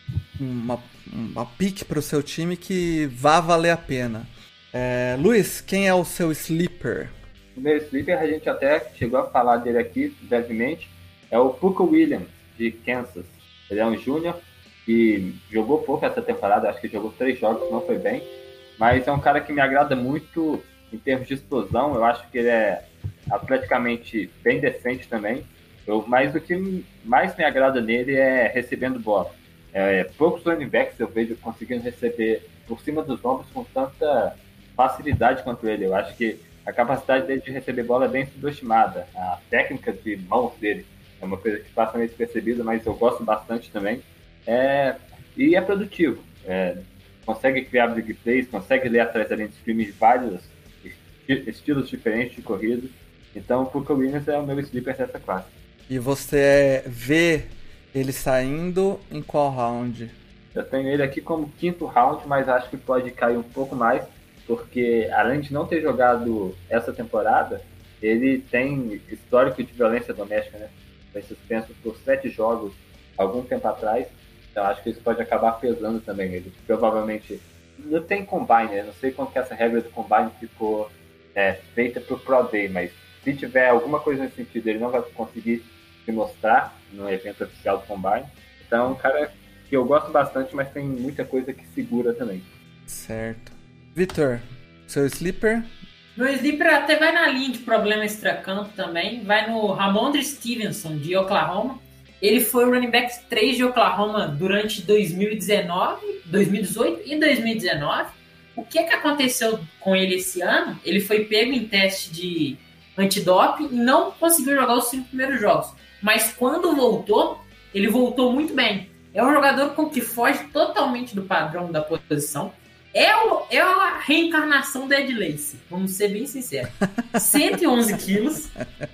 Speaker 2: pick para o seu time que vá valer a pena. Luiz, quem é o seu sleeper?
Speaker 3: O meu sleeper, a gente até chegou a falar dele aqui brevemente, é o Puka Williams, de Kansas. Ele é um júnior que jogou pouco essa temporada, acho que jogou 3 jogos, não foi bem, mas é um cara que me agrada muito em termos de explosão. Eu acho que ele é atleticamente bem decente também, mas o que mais me agrada nele é recebendo bola. Poucos running backs eu vejo conseguindo receber por cima dos ombros com tanta facilidade quanto ele. Eu acho que a capacidade dele de receber bola é bem subestimada. A técnica de mãos dele é uma coisa que passa meio despercebida, mas eu gosto bastante também. E é produtivo. Consegue criar big plays, consegue ler atrás da linha de scrimmage vários estilos diferentes de corrida. Então o Puka Williams é o meu sleeper dessa classe.
Speaker 2: E você vê ele saindo em qual round?
Speaker 3: Eu tenho ele aqui como quinto round, mas acho que pode cair um pouco mais, porque além de não ter jogado essa temporada, ele tem histórico de violência doméstica, né? Foi suspenso por 7 jogos algum tempo atrás, então acho que isso pode acabar pesando também. Ele provavelmente não tem combine, né? Não sei como que essa regra do combine ficou feita pro Pro Day, mas se tiver alguma coisa nesse sentido, ele não vai conseguir se mostrar no evento oficial do combine. Então é um cara que eu gosto bastante, mas tem muita coisa que segura também.
Speaker 2: Certo. Vitor, seu sleeper?
Speaker 4: Meu sleeper até vai na linha de problema extracampo também. Vai no Ramondre Stevenson, de Oklahoma. Ele foi o running back 3 de Oklahoma durante 2019, 2018 e 2019. O que aconteceu com ele esse ano? Ele foi pego em teste de antidoping e não conseguiu jogar os 5 primeiros jogos. Mas quando voltou, ele voltou muito bem. É um jogador que foge totalmente do padrão da posição. É a reencarnação do Ed Lacy, vamos ser bem sinceros. 111 quilos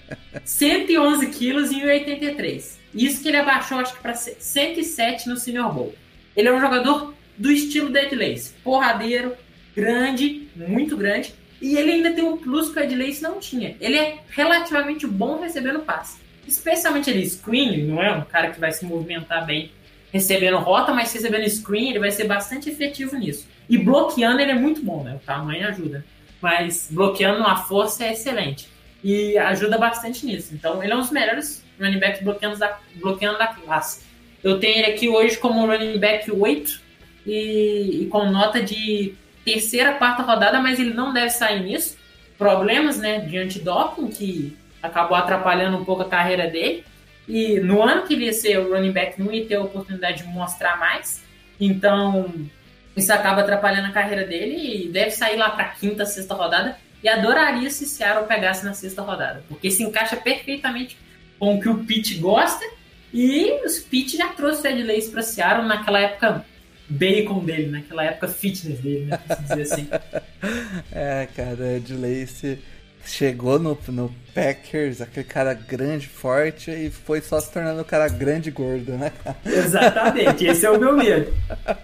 Speaker 4: e 1,83. Isso que ele abaixou, acho que para 107 no Senior Bowl. Ele é um jogador do estilo do Ed Lacy. Porradeiro, grande, muito grande. E ele ainda tem um plus que o Ed Lacy não tinha. Ele é relativamente bom recebendo passe. Especialmente ele screen, não é um cara que vai se movimentar bem recebendo rota, mas recebendo screen ele vai ser bastante efetivo nisso. E bloqueando ele é muito bom, né? O tamanho ajuda. Mas bloqueando a força é excelente. E ajuda bastante nisso. Então ele é um dos melhores running backs bloqueando da classe. Eu tenho ele aqui hoje como running back 8 e com nota de terceira, quarta rodada, mas ele não deve sair nisso. Problemas, né, de antidoping que acabou atrapalhando um pouco a carreira dele. E no ano que ele ia ser o running back, não ia ter a oportunidade de mostrar mais. Então, isso acaba atrapalhando a carreira dele e deve sair lá para quinta, sexta rodada. e adoraria se Seattle pegasse na 6ª rodada, porque se encaixa perfeitamente com o que o Pete gosta, e o Pete já trouxe o Ed Lacy para Seattle naquela época bacon dele, naquela época fitness dele, né, por dizer assim.
Speaker 2: Cara, Ed Lacy chegou no Packers, aquele cara grande, forte, e foi só se tornando um cara grande e gordo, né, cara?
Speaker 4: Exatamente, esse é o meu medo.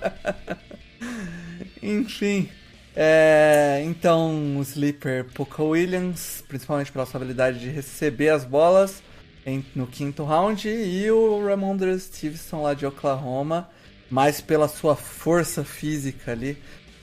Speaker 2: Enfim, então o sleeper Puka Williams, principalmente pela sua habilidade de receber as bolas no 5º round, e o Ramondre Stevenson lá de Oklahoma, mais pela sua força física ali.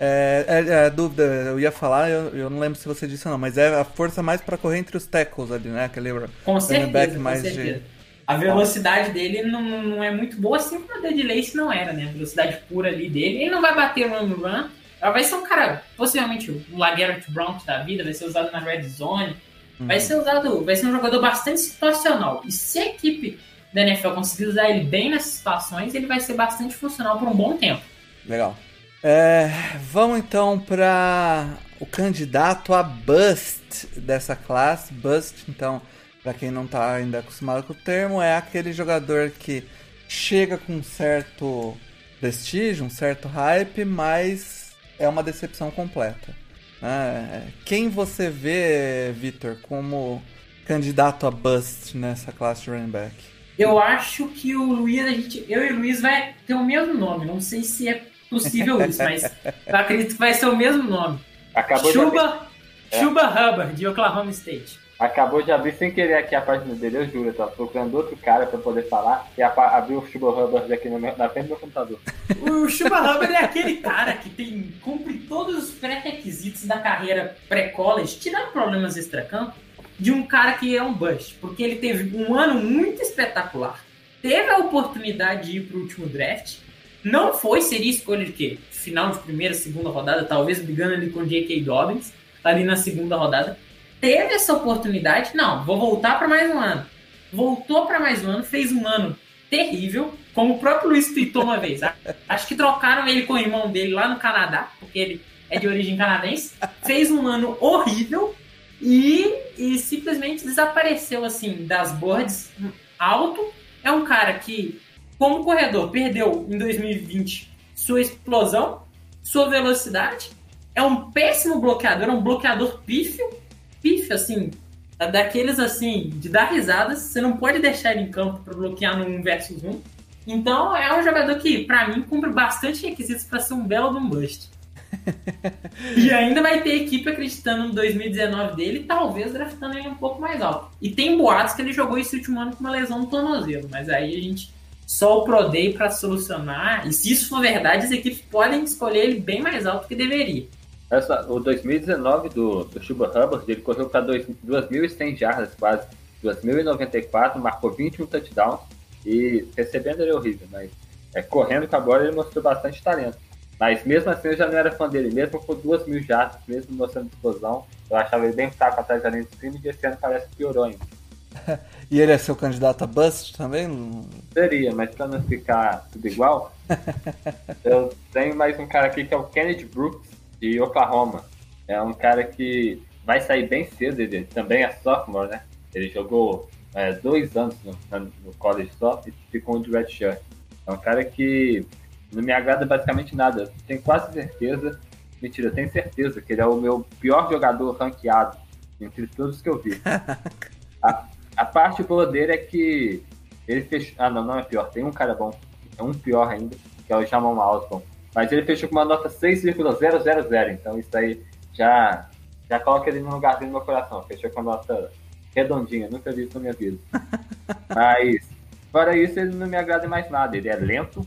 Speaker 2: Dúvida, eu ia falar, eu não lembro se você disse ou não, mas é a força mais para correr entre os tackles ali, né? Aquele
Speaker 4: com certeza,
Speaker 2: mais
Speaker 4: com certeza. A velocidade dele não é muito boa, assim como a Ed Lacy não era, né? A velocidade pura ali dele. Ele não vai bater run. Ela vai ser um cara, possivelmente o LaGarrette Blount da vida, vai ser usado na red zone. Vai ser um jogador bastante situacional. E se a equipe da NFL conseguir usar ele bem nessas situações, ele vai ser bastante funcional por um bom tempo.
Speaker 2: Legal. Vamos então para o candidato a bust dessa classe. Bust, então, para quem não está ainda acostumado com o termo, é aquele jogador que chega com um certo prestígio, um certo hype, mas é uma decepção completa. Quem você vê, Vitor, como candidato a bust nessa classe de running back?
Speaker 4: Eu acho que eu e o Luiz vai ter o mesmo nome. Não sei se é possível isso, mas eu acredito que vai ser o mesmo nome. Chuba Hubbard, de Oklahoma State.
Speaker 3: Acabou de abrir sem querer aqui a página dele, eu juro. Eu tava procurando outro cara pra poder falar e abriu o Chuba Hubbard aqui na frente do meu computador.
Speaker 4: O Chuba Hubbard é aquele cara que cumpre todos os pré-requisitos da carreira pré-college, tirando problemas extracampo, de um cara que é um bust, porque ele teve um ano muito espetacular, teve a oportunidade de ir pro último draft, não foi, seria escolha de quê? Final de 1ª, 2ª rodada, talvez brigando ali com o J.K. Dobbins, ali na 2ª rodada, teve essa oportunidade, não, vou voltar para mais um ano. Voltou para mais um ano, fez um ano terrível, como o próprio Luiz tweetou uma vez. Acho que trocaram ele com o irmão dele lá no Canadá, porque ele é de origem canadense, fez um ano horrível e simplesmente desapareceu assim das boards alto. É um cara que, como corredor, perdeu em 2020 sua explosão, sua velocidade, é um péssimo bloqueador, é um bloqueador pífio, assim, daqueles assim, de dar risadas, você não pode deixar ele em campo para bloquear no 1 versus 1. Então é um jogador que, para mim, cumpre bastante requisitos para ser um belo de um bust. E ainda vai ter equipe acreditando no 2019 dele, talvez draftando ele um pouco mais alto. E tem boatos que ele jogou esse último ano com uma lesão no tornozelo, mas aí a gente só o Pro Day para solucionar, e se isso for verdade, as equipes podem escolher ele bem mais alto que deveria.
Speaker 3: O 2019 do Chuba Hubbard, ele correu para 2.100 jardas quase, 2.094, marcou 21 touchdowns, e recebendo ele é horrível, mas correndo com a bola ele mostrou bastante talento. Mas mesmo assim eu já não era fã dele, mesmo com 2.000 jardas, mesmo mostrando explosão, eu achava ele bem fraco atrás da linha de scrimmage, e esse ano parece que piorou ainda.
Speaker 2: E ele é seu candidato a bust também?
Speaker 3: Seria, mas para não ficar tudo igual, eu tenho mais um cara aqui que é o Kennedy Brooks, de Oklahoma. É um cara que vai sair bem cedo, ele também é sophomore, né? Ele jogou 2 anos no college só e ficou de redshirt. É um cara que não me agrada basicamente nada. Tenho quase certeza, mentira, tenho certeza que ele é o meu pior jogador ranqueado entre todos que eu vi. A parte boa dele é que ele fechou... não é pior, tem um cara bom, é um pior ainda, que é o Jamal Austin. Mas ele fechou com uma nota 6,000, então isso aí já coloca ele no lugarzinho no meu coração. Fechou com uma nota redondinha, nunca vi isso na minha vida. Mas, fora isso, ele não me agrada mais nada. Ele é lento,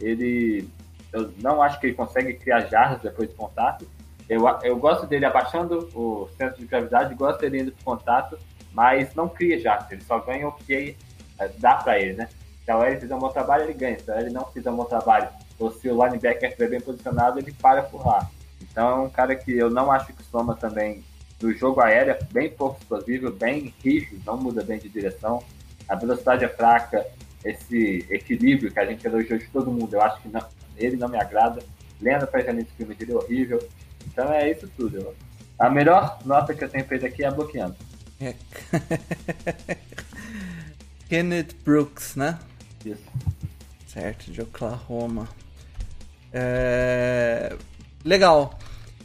Speaker 3: eu não acho que ele consegue criar jardas depois do contato. Eu gosto dele abaixando o centro de gravidade, gosto dele indo pro contato, mas não cria jardas, ele só ganha o que dá pra ele, né? Se a OL fizer um bom trabalho, ele ganha. Se a OL não fizer um bom trabalho, ou se o linebacker estiver bem posicionado, ele para por lá. Então é um cara que eu não acho que soma também no jogo aéreo, bem pouco explosivo, bem rígido, não muda bem de direção. A velocidade é fraca, esse equilíbrio que a gente elogiou de todo mundo, eu acho que ele não me agrada. Lendo para a gente filme dele é horrível. Então é isso tudo. A melhor nota que eu tenho feito aqui é bloqueando.
Speaker 2: Kenneth Brooks, né?
Speaker 3: Isso.
Speaker 2: Certo, de Oklahoma. Legal.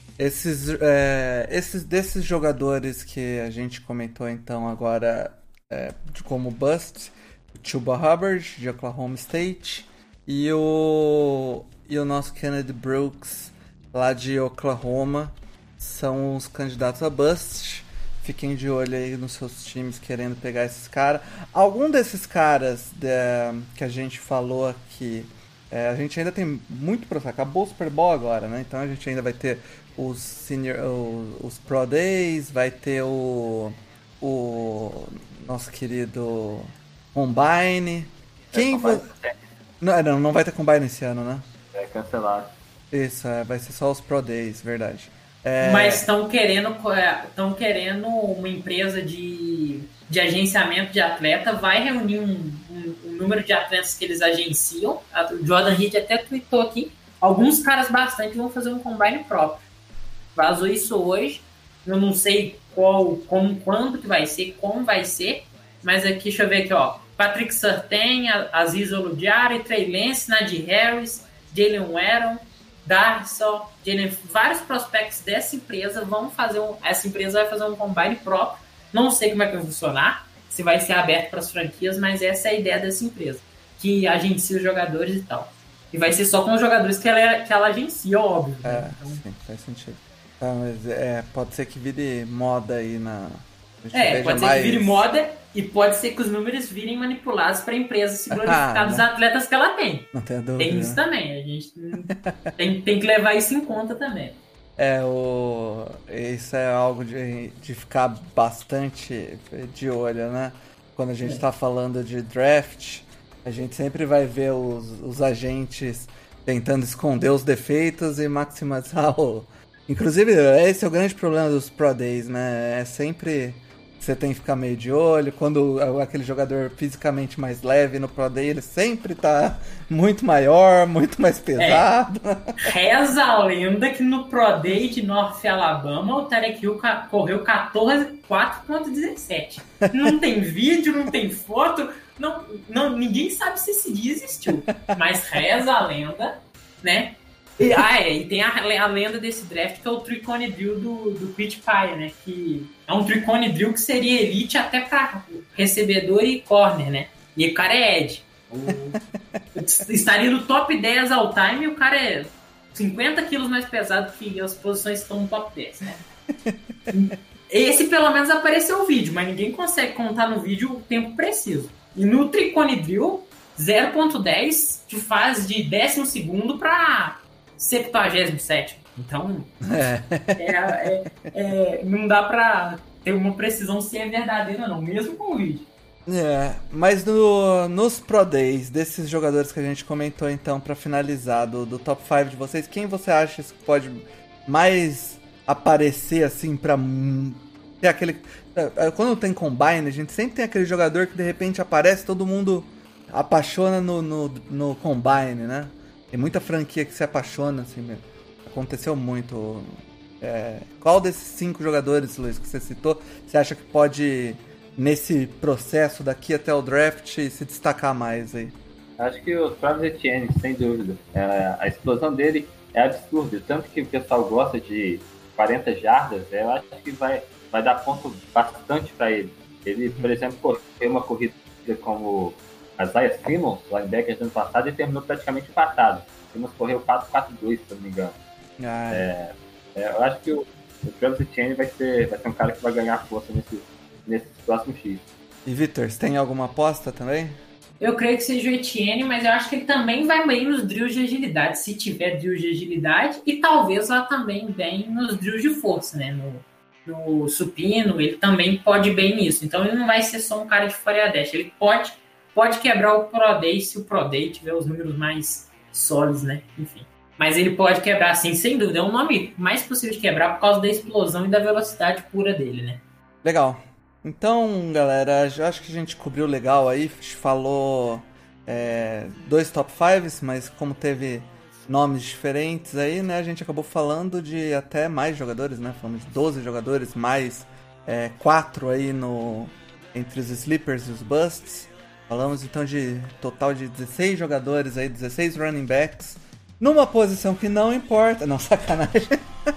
Speaker 2: Desses jogadores que a gente comentou então agora como bust, o Chuba Hubbard de Oklahoma State e o nosso Kenneth Brooks lá de Oklahoma são os candidatos a bust. Fiquem de olho aí nos seus times querendo pegar esses caras. Algum desses caras que a gente falou aqui, a gente ainda tem muito pra falar. Acabou o Super Bowl agora, né? Então a gente ainda vai ter os Pro Days, vai ter o nosso querido Combine. Não vai ter Combine esse ano, né?
Speaker 3: É cancelado.
Speaker 2: Isso, vai ser só os Pro Days, verdade.
Speaker 4: Mas estão querendo uma empresa de agenciamento de atleta, vai reunir um número de atletas que eles agenciam. O Jordan Reed até tweetou aqui. Alguns caras bastante vão fazer um combine próprio. Vazou isso hoje. Eu não sei quando que vai ser, como vai ser. Mas aqui, deixa eu ver aqui, ó. Patrick Surtain, Aziz Oludiari, Trey Lance, Najee Harris, Jalen Warren, Darsow, vários prospects dessa empresa vão fazer essa empresa vai fazer um combine próprio. Não sei como é que vai funcionar, se vai ser aberto para as franquias, mas essa é a ideia dessa empresa, que agencia os jogadores e tal. E vai ser só com os jogadores que ela agencia, óbvio. Né? Então...
Speaker 2: Sim, faz sentido. Mas pode ser que vire moda aí na...
Speaker 4: pode ser que vire moda e pode ser que os números virem manipulados para a empresa se glorificar dos atletas que ela tem.
Speaker 2: Não tenho dúvida.
Speaker 4: Tem isso também. A gente tem que levar isso em conta também.
Speaker 2: Isso é algo de ficar bastante de olho, né? Quando a gente está falando de draft, a gente sempre vai ver os agentes tentando esconder os defeitos e maximizar Inclusive, esse é o grande problema dos Pro Days, né? É sempre... Você tem que ficar meio de olho. Quando aquele jogador fisicamente mais leve no Pro Day, ele sempre tá muito maior, muito mais pesado.
Speaker 4: Reza a lenda que no Pro Day de North Alabama, o Tarek Hill correu 14,4.17. Não tem vídeo, não tem foto, ninguém sabe se esse dia existiu. Mas reza a lenda, né? E tem a lenda desse draft, que é o Tricone Drill do Pete Pie, né? Que é um Tricone Drill que seria elite até para recebedor e corner, né? E o cara é Ed. Estaria no top 10 all time e o cara é 50 quilos mais pesado que as posições que estão no top 10, né? Esse pelo menos apareceu o vídeo, mas ninguém consegue contar no vídeo o tempo preciso. E no Tricone Drill, 0.10 te faz de 12º para 77º. Então, não dá pra ter uma precisão se é verdadeira, não, mesmo com o vídeo.
Speaker 2: Mas nos Pro Days, desses jogadores que a gente comentou, então, pra finalizar, do top 5 de vocês, quem você acha que pode mais aparecer, assim, pra ter aquele... Quando tem Combine, a gente sempre tem aquele jogador que, de repente, aparece, todo mundo apaixona no Combine, né? Tem muita franquia que se apaixona, assim, mesmo. Aconteceu muito. Qual desses 5 jogadores, Luiz, que você citou, você acha que pode, nesse processo daqui até o draft, se destacar mais aí?
Speaker 3: Acho que o Travis Etienne, sem dúvida. A explosão dele é absurda. Tanto que o pessoal gosta de 40 jardas, eu acho que vai dar ponto bastante para ele. Ele, por exemplo, correu uma corrida como Isaiah Simmons, linebacker do ano passado, e terminou praticamente empatado. Simmons correu 4.42, se eu não me engano. Eu acho que o Travis Etienne vai ser um cara que vai ganhar força nesse próximo X.
Speaker 2: E Vitor, você tem alguma aposta também?
Speaker 4: Eu creio que seja o Etienne, mas eu acho que ele também vai bem nos drills de agilidade, se tiver drills de agilidade, e talvez lá também bem nos drills de força, né? No supino, ele também pode ir bem nisso. Então ele não vai ser só um cara de fora dash, ele pode quebrar o Pro Day se o Pro Day tiver os números mais sólidos, né? Enfim. Mas ele pode quebrar, sim, sem dúvida. É um nome mais possível de quebrar por causa da explosão e da velocidade pura dele, né?
Speaker 2: Legal. Então, galera, eu acho que a gente cobriu legal aí. Falou 2 top 5s, mas como teve nomes diferentes aí, né? A gente acabou falando de até mais jogadores, né? Falamos de 12 jogadores, mais 4 aí entre os sleepers e os busts. Falamos então de total de 16 jogadores aí, 16 running backs, numa posição que não importa. Não, sacanagem.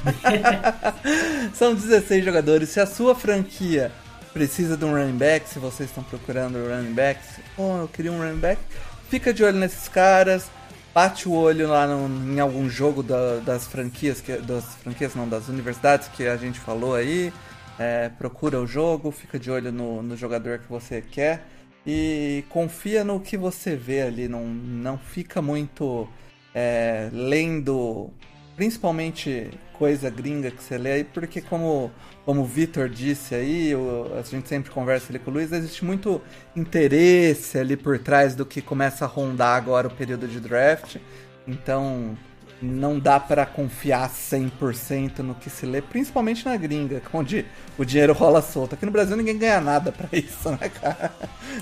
Speaker 2: São 16 jogadores. Se a sua franquia precisa de um running back, se vocês estão procurando running backs, eu queria um running back, fica de olho nesses caras, bate o olho lá em algum jogo das franquias, das universidades que a gente falou aí, procura o jogo, fica de olho no jogador que você quer e confia no que você vê ali, não fica muito lendo, principalmente coisa gringa que você lê aí, porque como o Vitor disse aí, a gente sempre conversa ali com o Luiz, existe muito interesse ali por trás do que começa a rondar agora o período de draft, então não dá para confiar 100% no que se lê, principalmente na gringa, onde o dinheiro rola solto. Aqui no Brasil ninguém ganha nada pra isso, né, cara?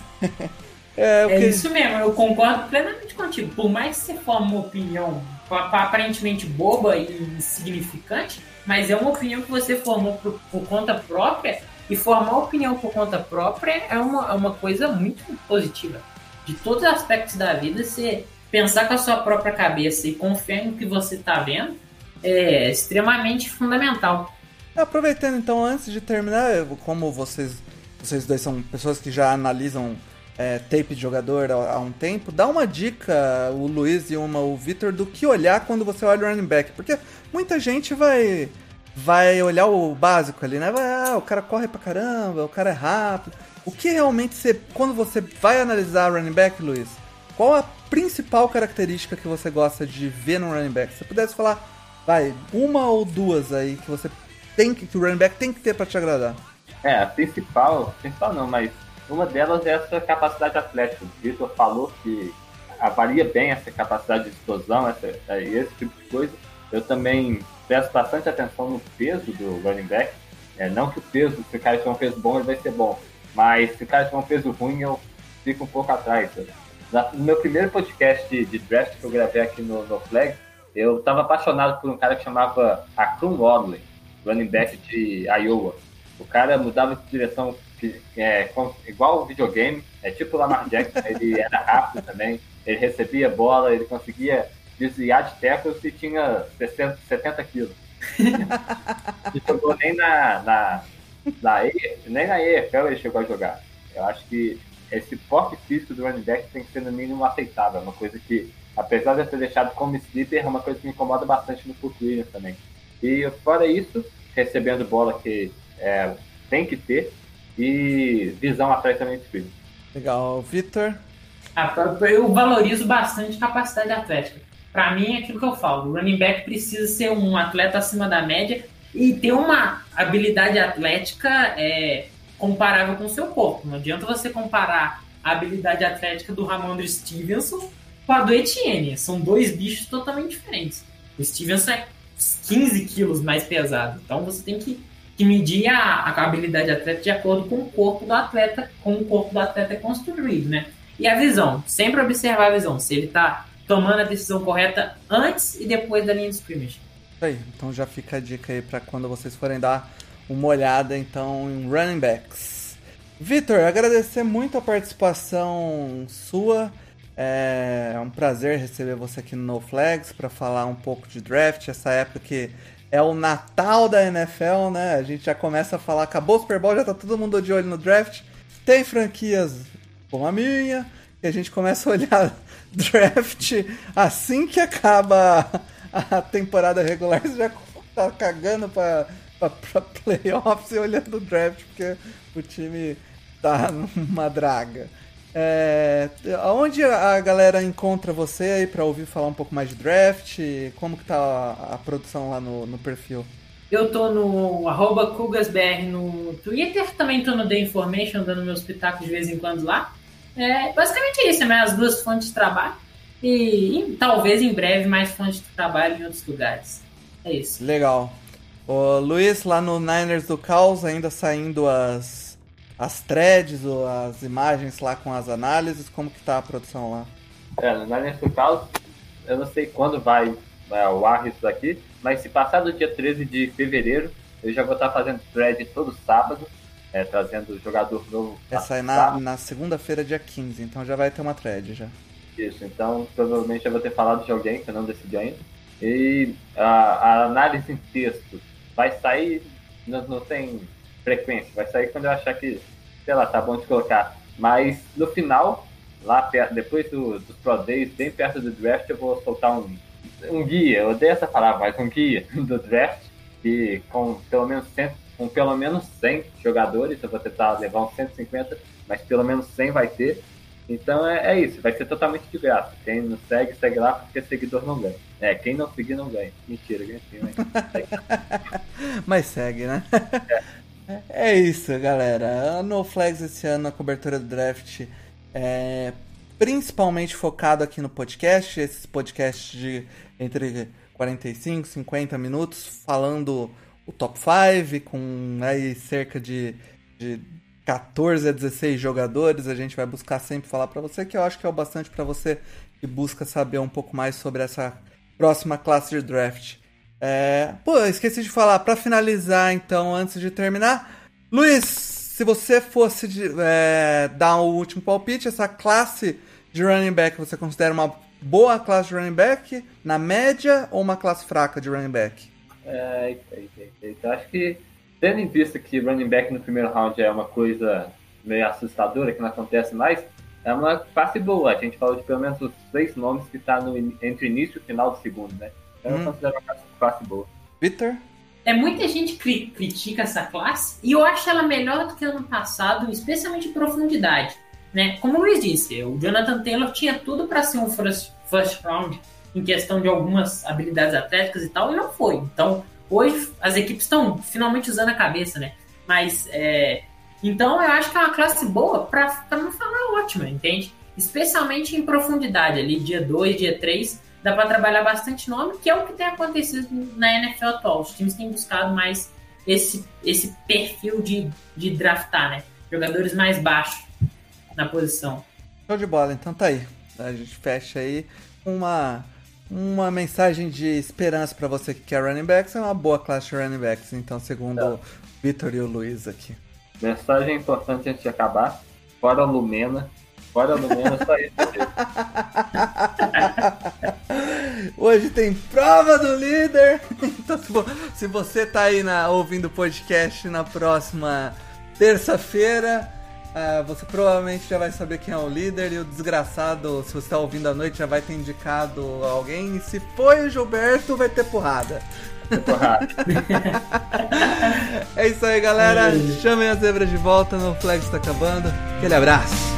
Speaker 4: Isso mesmo, eu concordo plenamente contigo. Por mais que você forme uma opinião aparentemente boba e insignificante, mas é uma opinião que você formou por conta própria, e formar opinião por conta própria é uma coisa muito positiva. De todos os aspectos da vida, você pensar com a sua própria cabeça e confiar no que você está vendo é extremamente fundamental.
Speaker 2: Aproveitando então, antes de terminar, como vocês dois são pessoas que já analisam tape de jogador há um tempo, dá uma dica, o Luiz e o Vitor, do que olhar quando você olha o running back, porque muita gente vai olhar o básico ali, né? O cara corre pra caramba, o cara é rápido. O que realmente quando você vai analisar o running back, Luiz, qual a principal característica que você gosta de ver no running back? Se você pudesse falar, uma ou duas aí que que o running back tem que ter pra te agradar.
Speaker 3: A principal não, mas uma delas é essa capacidade atlética. O Vitor falou que avalia bem essa capacidade de explosão, esse tipo de coisa. Eu também presto bastante atenção no peso do running back. Não que o peso, se o cara tiver um peso bom, ele vai ser bom. Mas se o cara tiver um peso ruim, eu fico um pouco atrás. No meu primeiro podcast de draft que eu gravei aqui no Flag, eu estava apaixonado por um cara que chamava Akrum Wadley, running back de Iowa. O cara mudava de direção igual o videogame, tipo o Lamar Jackson. Ele era rápido também, ele recebia bola, ele conseguia desviar de tackles e tinha 70 quilos. Não jogou nem nem na EFL ele chegou a jogar. Eu acho que esse porte físico do running back tem que ser no mínimo aceitável. É uma coisa que, apesar de eu ter deixado como sleeper, é uma coisa que me incomoda bastante no Cook Williams também. E fora isso, recebendo bola que tem que ter, e visão atrás também de filho.
Speaker 2: Legal. Vitor?
Speaker 4: Eu valorizo bastante capacidade atlética. Para mim é aquilo que eu falo, o running back precisa ser um atleta acima da média e ter uma habilidade atlética comparável com o seu corpo. Não adianta você comparar a habilidade atlética do Ramondre Stevenson com a do Etienne. São dois bichos totalmente diferentes. O Stevenson é 15 quilos mais pesado, então você tem que medir a habilidade atlética de acordo com o corpo do atleta, como o corpo do atleta é construído, né? E a visão, sempre observar a visão, se ele está tomando a decisão correta antes e depois da linha de scrimmage.
Speaker 2: Aí, então já fica a dica aí para quando vocês forem dar uma olhada então em running backs. Vitor, agradecer muito a participação sua. É um prazer receber você aqui no No Flags para falar um pouco de draft, essa época que é o Natal da NFL, né? A gente já começa a falar, acabou o Super Bowl, já tá todo mundo de olho no draft. Tem franquias como a minha, e a gente começa a olhar draft assim que acaba a temporada regular, você já tá cagando pra playoffs e olhando o draft, porque o time tá numa draga. Onde a galera encontra você aí pra ouvir falar um pouco mais de draft? Como que tá a produção lá no perfil?
Speaker 4: Eu tô no @kugasbr no Twitter, também tô no The Information, dando meus pitacos de vez em quando lá. Basicamente é isso, né? As duas fontes de trabalho e talvez em breve mais fontes de trabalho em outros lugares. É isso.
Speaker 2: Legal. O Luiz, lá no Niners do Caos, ainda saindo as threads ou as imagens lá com as análises, como que tá a produção lá?
Speaker 3: No Niners do Caos, eu não sei quando vai ao ar isso daqui, mas se passar do dia 13 de fevereiro, eu já vou estar fazendo thread todo sábado, trazendo jogador novo.
Speaker 2: Sai na segunda-feira, dia 15, então já vai ter uma thread já.
Speaker 3: Isso, então provavelmente eu vou ter falado de alguém que eu não decidi ainda. E a análise em texto vai sair, não tem frequência, vai sair quando eu achar que, sei lá, tá bom de colocar. Mas no final, lá perto, depois dos Pro Days, bem perto do draft, eu vou soltar um guia, eu odeio essa palavra, mas um guia do draft, que com pelo menos 100 jogadores, eu vou tentar levar uns 150, mas pelo menos 100 vai ter. Então é isso, vai ser totalmente de graça. Quem não segue, segue lá, porque seguidor não ganha. Quem não seguir não ganha. Mentira, ganha sim, mas...
Speaker 2: Mas segue, né? É isso, galera. A NoFlags esse ano, a cobertura do draft é principalmente focado aqui no podcast. Esses podcasts de entre 45 e 50 minutos, falando o top 5, com aí cerca de 14 a 16 jogadores. A gente vai buscar sempre falar para você, que eu acho que é o bastante para você que busca saber um pouco mais sobre essa próxima classe de draft. Esqueci de falar, para finalizar então, antes de terminar, Luiz, se você fosse dar o último palpite, essa classe de running back você considera uma boa classe de running back, na média, ou uma classe fraca de running back?
Speaker 3: Eu acho que, tendo em vista que running back no primeiro round é uma coisa meio assustadora, que não acontece mais, é uma classe boa. A gente falou de pelo menos os 3 nomes que tá entre início e final do segundo, né? Então eu considero uma classe boa.
Speaker 2: Victor?
Speaker 4: Muita gente critica essa classe, e eu acho ela melhor do que ano passado, especialmente em profundidade, né? Como o Luiz disse, o Jonathan Taylor tinha tudo para ser um first round em questão de algumas habilidades atléticas e tal, e não foi. Então, hoje as equipes estão finalmente usando a cabeça, né? Mas, então eu acho que é uma classe boa, para não falar ótima, entende? Especialmente em profundidade, ali dia 2, dia 3, dá para trabalhar bastante nome, que é o que tem acontecido na NFL atual. Os times têm buscado mais esse perfil de draftar, né? Jogadores mais baixos na posição.
Speaker 2: Show de bola, então tá aí. A gente fecha aí com uma mensagem de esperança para você que quer running backs. É uma boa classe de running backs, então, segundo o Vitor e o Luiz aqui.
Speaker 3: Mensagem importante antes de acabar: fora Lumena, só isso.
Speaker 2: Hoje tem prova do líder. Então, se você tá aí ouvindo o podcast na próxima terça-feira, você provavelmente já vai saber quem é o líder. E o desgraçado, se você tá ouvindo à noite, já vai ter indicado alguém. E se foi o Gilberto, vai ter porrada. É isso aí, galera. Chamem as zebras de volta. No Flags tá acabando. Aquele abraço.